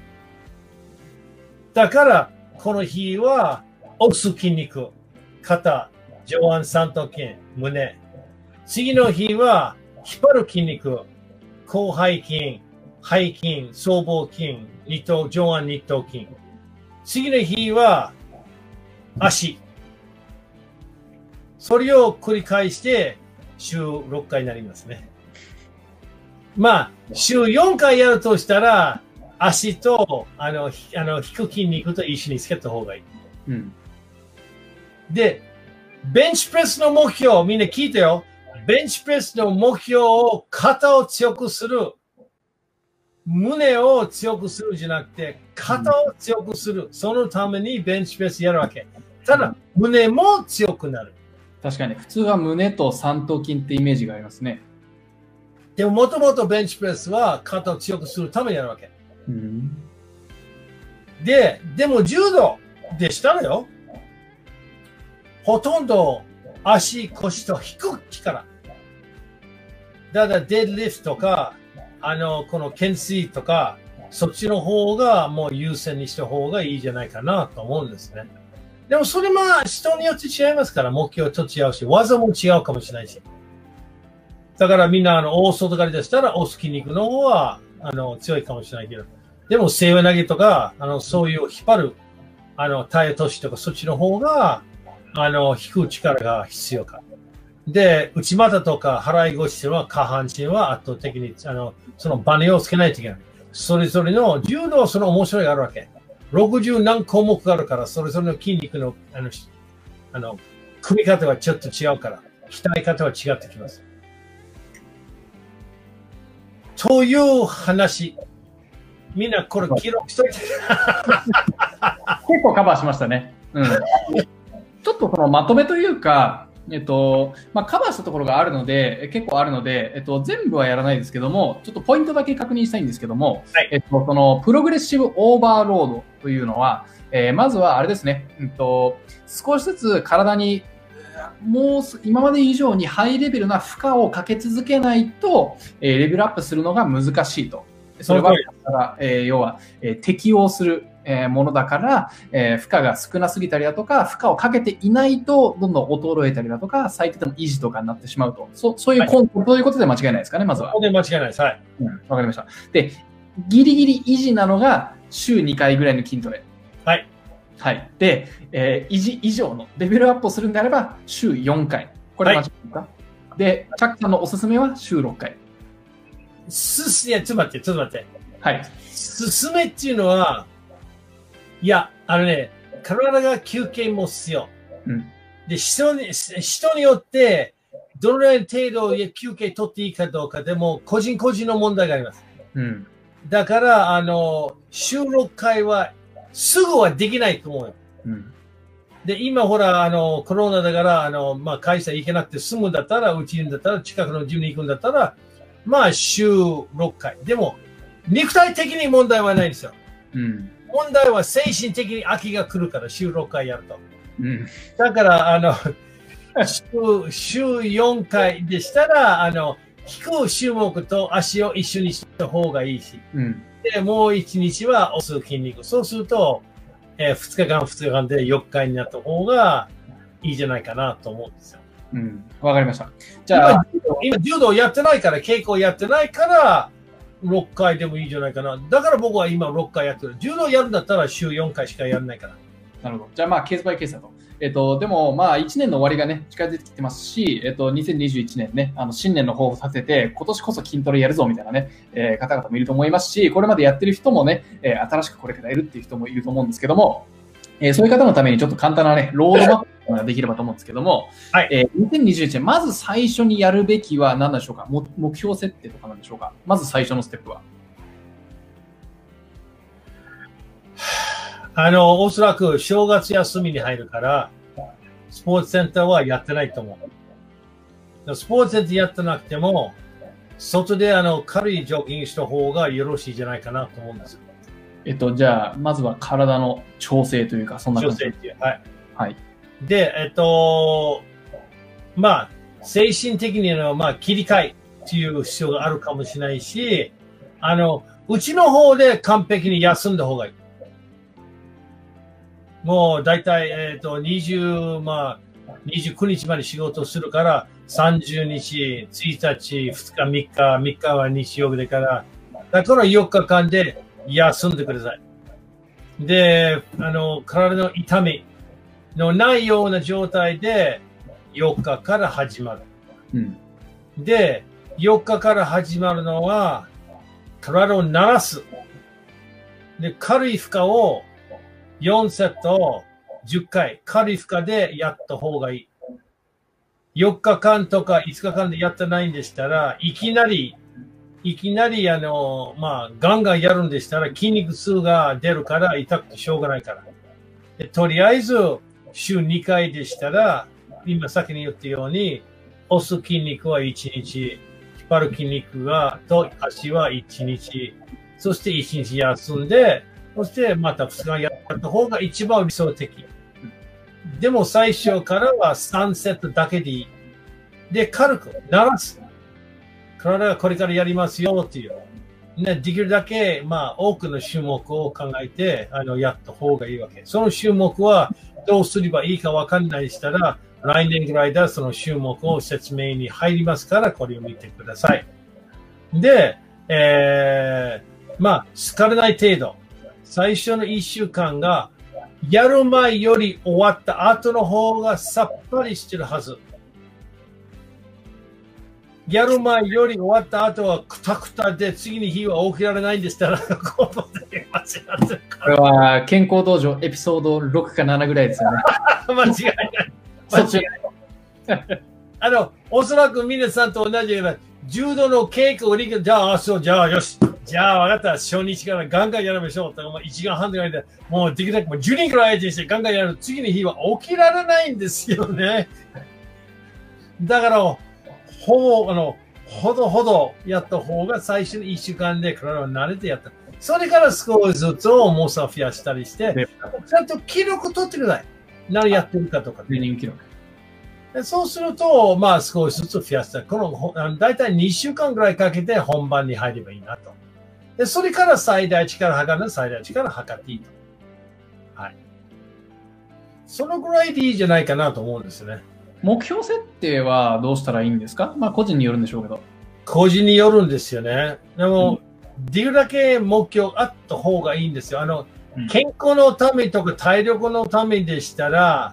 だから、この日は、押す筋肉、肩、上腕三頭筋、胸。次の日は、引っ張る筋肉、広背筋、背筋、僧帽筋、二頭、上腕二頭筋。次の日は、足。それを繰り返して、週ろっかいになりますね。まあ、週よんかいやるとしたら、足と、あの、あの、引く筋肉と一緒につけた方がいい。うん。で、ベンチプレスの目標、みんな聞いてよ。ベンチプレスの目標を肩を強くする。胸を強くするじゃなくて、肩を強くする。うん、そのためにベンチプレスやるわけ。ただ、胸も強くなる。 確かに、普通は胸と三頭筋ってイメージがありますね。 でも、もともとベンチプレスは肩を強くするためにやるわけ。うん、で、でも柔道でしたらよ。ほとんど足、腰と引く力。だからデッドリフトとか、あの、この懸垂とか、そっちの方がもう優先にした方がいいじゃないかなと思うんですね。でもそれまあ人によって違いますから、目標と違うし、技も違うかもしれないし。だからみんなあの大外刈りでしたら、押す筋肉の方はあの強いかもしれないけど、でも背負い投げとか、あのそういう引っ張るあの、体都市とかそっちの方が、あの、引く力が必要か。で、内股とか払い腰は下半身は圧倒的に、あの、そのバネをつけないといけない。それぞれの柔道はその面白いがあるわけ。ろくじゅう何項目があるから、それぞれの筋肉の、あの、あの組み方はちょっと違うから、鍛え方は違ってきます。という話。みんなこれ記録しといて。結構カバーしましたね。うん。ちょっとこのまとめというか、えっと、まあ、カバーしたところがあるので、結構あるので、えっと、全部はやらないですけども、ちょっとポイントだけ確認したいんですけども、はい、えっと、その、プログレッシブオーバーロードというのは、えー、まずはあれですね、うんと、少しずつ体に、もう今まで以上にハイレベルな負荷をかけ続けないと、えー、レベルアップするのが難しいと。それは、えー、要は、えー、適応するものだから、えー、負荷が少なすぎたりだとか、負荷をかけていないと、どんどん衰えたりだとか、最低でも維持とかになってしまうと。そそういうコン、はい、ということで間違いないですかね、まずは。 そこで間違いないです。はい。 うん、わかりました。で、ギリギリ維持なのが週にかいぐらいの筋トレ。 はい。 はい。で、えー、維持以上のレベルアップをするんであれば、週よんかい。これ間違いないですか、はい、で、チャックさんのおすすめは週ろっかい。 す、いや、ちょっと待って、ちょっと待って。 はい。 進めっていうのは、いや、あのね、体が休憩も必要。うん、で、人に、人によって、どのぐらい程度休憩取っていいかどうかでも、個人個人の問題があります。うん、だから、あの、週ろっかいは、すぐはできないと思うよ。うん、で、今ほら、あの、コロナだから、あの、まあ、会社行けなくて済むんだったら、うちにだったら、近くのジムに行くんだったら、まあ、週ろっかい。でも、肉体的に問題はないんですよ。うん、問題は精神的に飽きが来るから、週ろっかいやると。うん、だから、あの、週、週よんかいでしたら、あの、引く種目と足を一緒にした方がいいし、うん、で、もういちにちは押す筋肉。そうすると、えー、ふつかかん、ふつかかんでよっかいになった方がいいじゃないかなと思うんですよ。 うん、わかりました。じゃあ、 今、今柔道やってないから、稽古やってないから、ろっかいでもいいじゃないかな。だから僕は今ろっかいやってる。柔道やるんだったら週よんかいしかやらないから。 なるほど。じゃあまあケースバイケースだと。えっと、でもまあいちねんの終わりがね、近づいてきてますし、えっと、にせんにじゅういちねんね、あの新年の抱負立てて、今年こそ筋トレやるぞみたいなね、えー、方々もいると思いますし、これまでやってる人もね、えー、新しくこれからやるっていう人もいると思うんですけども、えー、そういう方のためにちょっと簡単なね、ロードマップができればと思うんですけども、はい、えー、にせんにじゅういちねん、まず最初にやるべきは何でしょうか？も目標設定とかなんでしょうか？まず最初のステップは。 あの、おそらく正月休みに入るから、スポーツセンターはやってないと思う。スポーツセンターやってなくても、外であの軽いジョギングした方がよろしいじゃないかなと思うんですよ。 えっと、じゃあ、まずは体の調整というか、そんな感じ。 調整っていう。はい。 はい。 で、えっと、まあ、精神的にの、まあ、切り替えっていう必要があるかもしれないし、あの、うちの方で完璧に休んだ方がいい。もう、だいたい、えっと、にじゅう、まあ、にじゅうくにちまで仕事するから、さんじゅうにち、ついたち、ふつか、みっか、みっかは日曜日だから、だからよっかかんで休んでください。で、あの、体の痛みのないような状態でよっかから始まる。うん、で、よっかから始まるのは、体を慣らす。で、軽い負荷をよんセットをじゅっかい、軽い負荷でやった方がいい。よっかかんとかいつかかんでやってないんでしたら、いきなり、いきなり、あの、まあ、ガンガンやるんでしたら筋肉痛が出るから痛くてしょうがないから。でとりあえず、週にかいでしたら、今先に言ったように、押す筋肉はいちにち、引っ張る筋肉が、と足はいちにち、そしていちにち休んで、そしてまたふつかやった方が一番理想的。でも最初からはさんセットだけでいい。で、軽く鳴らす。体がこれからやりますよっていう。ね、できるだけ、まあ、多くの種目を考えて、あの、やった方がいいわけ。その種目はどうすればいいかわかんないでしたら、来年ぐらいでその種目を説明に入りますから、これを見てください。で、えー、まあ、疲れない程度。最初のいっしゅうかんが、 やる前より終わった後の方がさっぱりしてるはず。やる前より終わった後はくたくたで、次の日は起きられないんでしたら、これは健康道場エピソードろくかななぐらいですよね。 間違いない。間違いない。あの、おそらく皆さんと同じような、柔道の稽古を理解、じゃあ、そう、じゃあ、よし。じゃあ、分かった。初日からガンガンやりましょう。もういちじかんはんぐらいで、もうできなくもうじゅうにんくらい相手にしてガンガンやる。次の日は起きられないんですよね。だから、ほぼ、あの、ほどほどやった方が最初のいっしゅうかんで体は慣れてやった。それから少しずつ重さを増やしたりして、ちゃんと記録取ってください。何やってるかとか。 トレーニング記録。 そうすると、まあ少しずつ増やした。この、だいたいにしゅうかんぐらいかけて本番に入ればいいなと。で、それから最大値から測る最大値から測っていいと。はい。そのぐらいでいいじゃないかなと思うんですね。 目標設定はどうしたらいいんですか？まあ個人によるんでしょうけど。 個人によるんですよね。でも、うん、できるだけ目標あった方がいいんですよ。あの、うん、健康のためとか体力のためでしたら、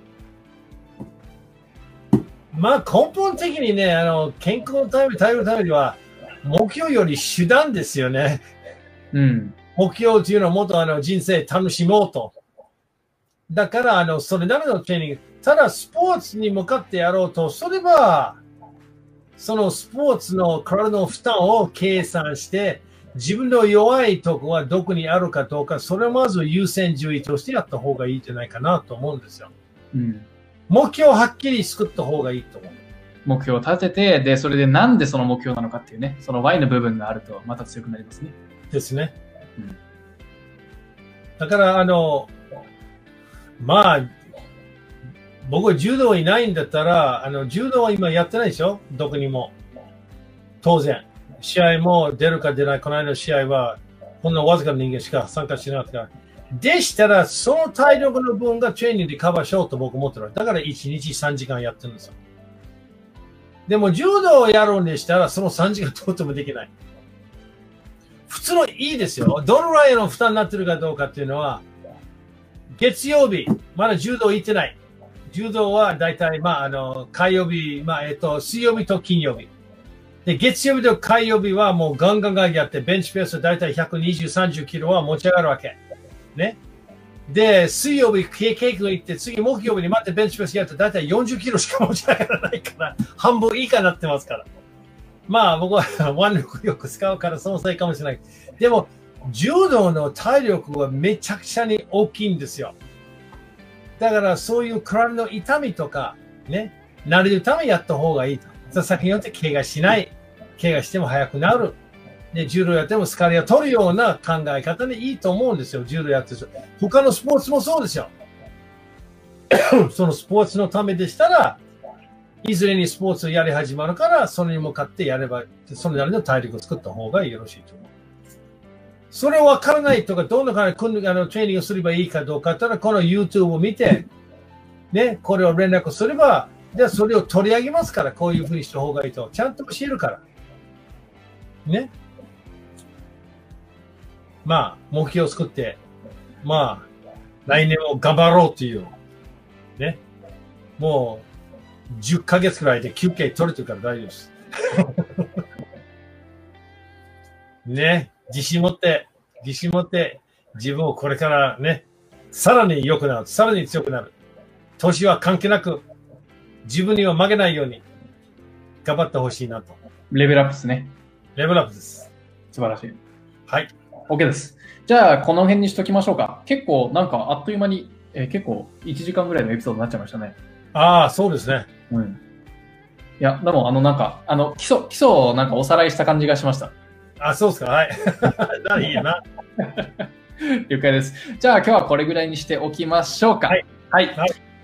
まあ根本的にね、あの、健康のため、体力のためには、目標より手段ですよね。 うん。 目標というのはもっとあの人生楽しもうと。だから、あの、それなりのトレーニング。ただ、スポーツに向かってやろうとすれば、そのスポーツの体の負担を計算して、自分の弱いところはどこにあるかどうか、それをまず優先順位としてやった方がいいんじゃないかなと思うんですよ。 うん。 目標をはっきり作った方がいいと思う。 目標を立てて、で、それでなんでその目標なのかっていうね、その ワイ の部分があるとまた強くなりますね。 ですね。 うん、 だから、あの、まあ、僕は柔道いないんだったら、あの、柔道は今やってないでしょ？どこにも。当然。試合も出るか出ない。この間の試合は、ほんのわずかな人間しか参加しなかったから。でしたら、その体力の分がトレーニングでカバーしようと僕思ってる。だからいちにちさんじかんやってるんですよ。でも、柔道をやるんでしたら、そのさんじかんとってもできない。普通のいいですよ。どのぐらいの負担になってるかどうかっていうのは、月曜日、まだ柔道行ってない。柔道はだいたい、まあ、あの、火曜日、まあ、えっと、水曜日と金曜日。で、月曜日と火曜日はもうガンガンガンやって、ベンチプレスだいたいひゃくにじゅう、さんじゅうキロは持ち上がるわけ。ね。で、水曜日、ケーキ行って、次木曜日にまたベンチプレスやって、だいたいよんじゅっキロしか持ち上がらないから、半分以下になってますから。まあ、僕は腕力よく使うからそのせいかもしれない。でも、柔道の体力はめちゃくちゃに大きいんですよ。だからそういう体の痛みとか、ね、慣れるためにやった方がいいと。先によって怪我しない。怪我しても早くなる。で、柔道やっても疲れを取るような考え方でいいと思うんですよ。柔道やってる。他のスポーツもそうですよ。そのスポーツのためでしたら、いずれにスポーツをやり始まるから、それに向かってやれば、それなりの体力を作った方がよろしいと思う。それ分からないとか、どんな感じであのトレーニングすればいいかどうかったら、この YouTube を見て、ね、これを連絡すれば、じゃあそれを取り上げますから、こういうふうにした方がいいと。ちゃんと教えるから。ね。まあ、目標を作って、まあ、来年も頑張ろうという。ね。もう、じゅっかげつくらいで休憩取れてるから大丈夫です。ね。自信持って、自信持って、自分をこれからね、さらに良くなる、さらに強くなる。年は関係なく、自分には負けないように、頑張ってほしいなと。 レベルアップですね。 レベルアップです。 素晴らしい。 はい。 OK です。じゃあ、この辺にしときましょうか。結構、なんか、あっという間に、えー、結構、いちじかんぐらいのエピソードになっちゃいましたね。ああ、そうですね。 うん。いや、でも、あの、なんか、あの、基礎、基礎をなんかおさらいした感じがしました。 あ、そうですか。はい。ならいいやな。 了解です。じゃあ今日はこれぐらいにしておきましょうか。 はい。 はい。はい、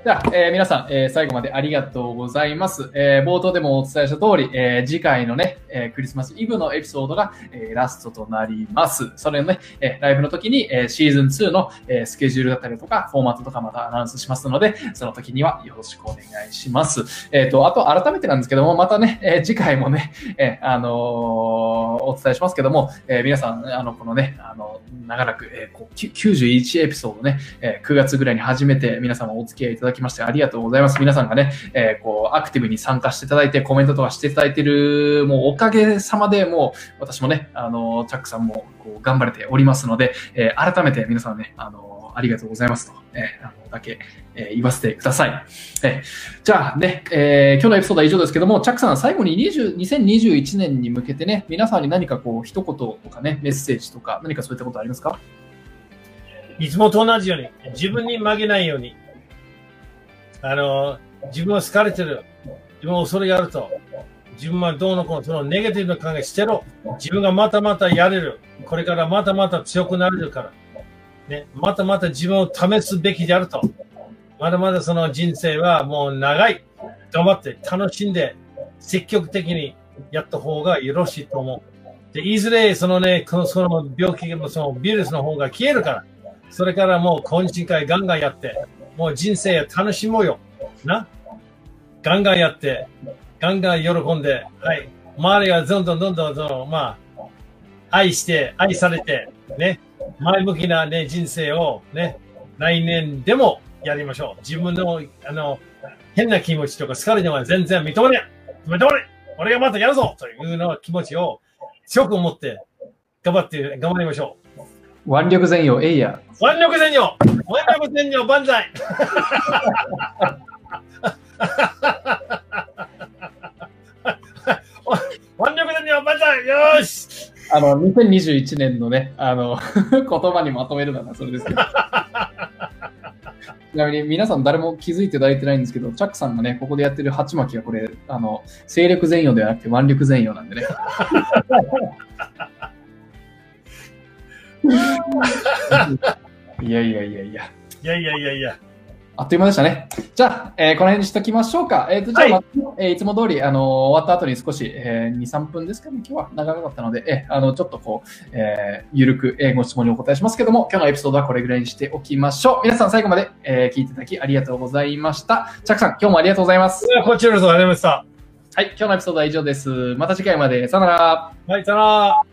じゃあ、えー皆さん、えー最後までありがとうございます。えー冒頭でもお伝えした通り、えー次回のね、えークリスマスイブのエピソードが、えーラストとなります。それのね、えーライブの時に、えーシーズンツーの、えースケジュールだったりとか、フォーマットとかまたアナウンスしますので、その時にはよろしくお願いします。えっ、と、あと改めてなんですけども、またね、えー次回もね、えーあのーお伝えしますけども、えー皆さん、あの、このね、あの、長らく、えーこうきゅきゅうじゅういちエピソードね、えーくがつぐらいに初めて皆様お付き合いいただきましてありがとうございます。皆さんがね、えーこう、アクティブに参加していただいて、コメントとかしていただいている、もうおかげさまで、もう私もね、あの、チャックさんもこう頑張れておりますので、えー改めて皆さんね、あの、ありがとうございますと、えーあのだけ、えー言わせてください。えーじゃあね、えー今日のエピソードは以上ですけども、チャックさん、最後ににじゅうにせんにじゅういちねんに向けてね、皆さんに何かこう、一言とかね、メッセージとか、何かそういったことありますか？ いつもと同じように、自分に負けないように、あの、自分は好かれてる、自分は恐れがあると、自分はどうのこうの、そのネガティブな考え捨てろ。自分がまたまたやれる。これからまたまた強くなれるから。ね、またまた自分を試すべきであると。まだまだその人生はもう長い。頑張って楽しんで積極的にやった方がよろしいと思う。で、いずれそのね、このその病気のそのウイルスの方が消えるから。それからもう懇親会ガンガンやって、もう人生楽しもうよ。な。ガンガンやって、ガンガン喜んで、はい。周りがどんどんどんどん、その、まあ、愛して、愛されて、ね。前向きなね、人生をね、来年でもやりましょう。自分の、あの、変な気持ちとか好かれるのは全然認めない。認めない。俺がまたやるぞというの気持ちを強く持って、頑張って、頑張りましょう。 腕力前用、エイヤー。腕力前用腕力前用、万歳腕力前用、万歳よーしあの、にせんにじゅういちねんのね、あの、言葉にまとめるならそれですけど。ちなみに皆さん誰も気づいていただいてないんですけど、チャックさんがね、ここでやってる鉢巻きはこれ、あの、精力前用ではなくて腕力前用なんでね。いやいやいやいや。 いやいやいやいや。 あっという間でしたね。じゃあ、えー、この辺にしておきましょうか。えーと、じゃあ、また、はい、えー、いつも通り、あのー、終わった後に少し、えー、に、さんぷんですけども、今日は長かったので、えー、あの、ちょっとこう、えー、ゆるく、えー、ご質問にお答えしますけども、今日のエピソードはこれぐらいにしておきましょう。皆さん最後まで、えー、聞いていただきありがとうございました。チャックさん、今日もありがとうございます。 こちらこそありがとうございました。 はい、今日のエピソードは以上です。また次回まで。さよなら。 はい、さよなら。